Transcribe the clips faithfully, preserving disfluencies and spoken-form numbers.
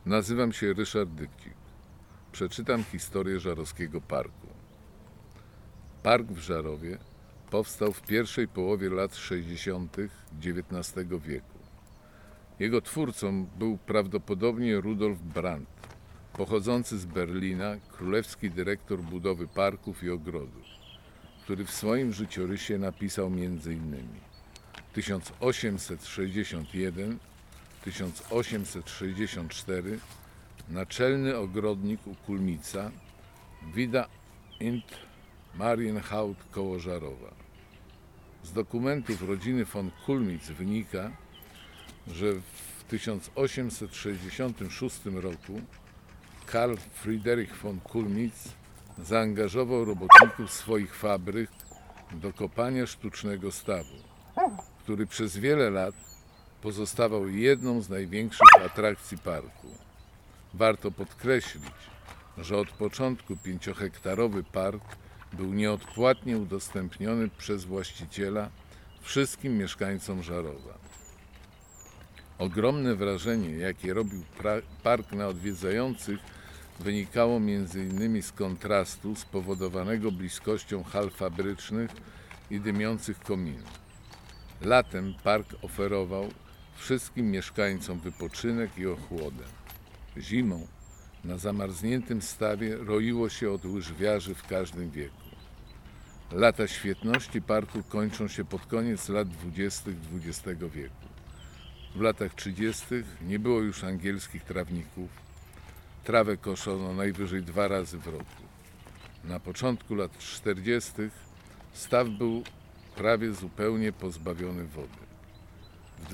Nazywam się Ryszard Dykcik. Przeczytam historię Żarowskiego Parku. Park w Żarowie powstał w pierwszej połowie lat sześćdziesiątych dziewiętnastego wieku. Jego twórcą był prawdopodobnie Rudolf Brandt, pochodzący z Berlina, królewski dyrektor budowy parków i ogrodów, który w swoim życiorysie napisał między innymi tysiąc osiemset sześćdziesiąt jeden do tysiąc osiemset sześćdziesiąt cztery naczelny ogrodnik u Kulmica, Wida int Marienhaut koło Żarowa. Z dokumentów rodziny von Kulmitz wynika, że w tysiąc osiemset sześćdziesiątym szóstym roku Karl Friedrich von Kulmitz zaangażował robotników swoich fabryk do kopania sztucznego stawu, który przez wiele lat pozostawał jedną z największych atrakcji parku. Warto podkreślić, że od początku pięciohektarowy park był nieodpłatnie udostępniony przez właściciela wszystkim mieszkańcom Żarowa. Ogromne wrażenie, jakie robił park na odwiedzających, wynikało między innymi z kontrastu spowodowanego bliskością hal fabrycznych i dymiących kominów. Latem park oferował wszystkim mieszkańcom wypoczynek i ochłodę. Zimą na zamarzniętym stawie roiło się od łyżwiarzy w każdym wieku. Lata świetności parku kończą się pod koniec lat dwudziestych dwudziestego wieku. W latach trzydziestych nie było już angielskich trawników. Trawę koszono najwyżej dwa razy w roku. Na początku lat czterdziestych staw był prawie zupełnie pozbawiony wody. W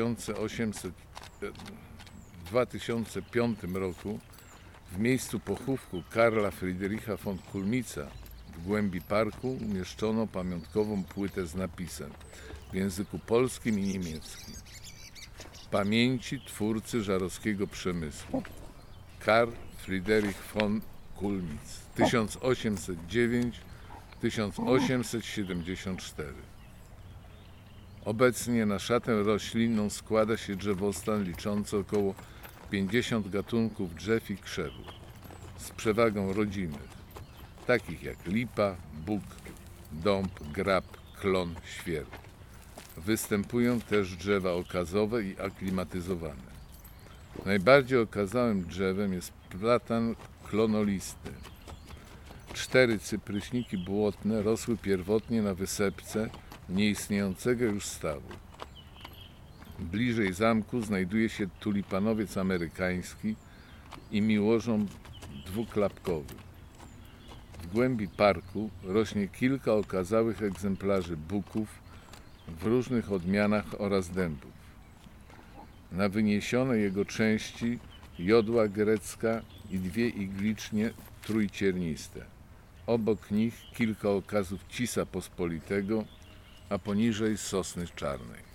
dwa tysiące piątym roku w miejscu pochówku Karla Friedricha von Kulmitza w głębi parku umieszczono pamiątkową płytę z napisem w języku polskim i niemieckim: pamięci twórcy żarowskiego przemysłu Karl Friedrich von Kulmitz tysiąc osiemset dziewięć do tysiąc osiemset siedemdziesiąt cztery. Obecnie na szatę roślinną składa się drzewostan liczący około pięćdziesiąt gatunków drzew i krzewów, z przewagą rodzimych, takich jak lipa, bóg, dąb, grab, klon, świerk. Występują też drzewa okazowe i aklimatyzowane. Najbardziej okazałym drzewem jest platan klonolisty. Cztery cypryśniki błotne rosły pierwotnie na wysepce nieistniejącego już stawu. Bliżej zamku znajduje się tulipanowiec amerykański i miłożąb dwuklapkowy. W głębi parku rośnie kilka okazałych egzemplarzy buków w różnych odmianach oraz dębów. Na wyniesionej jego części jodła grecka i dwie iglicznie trójcierniste. Obok nich kilka okazów cisa pospolitego, a poniżej sosny czarnej.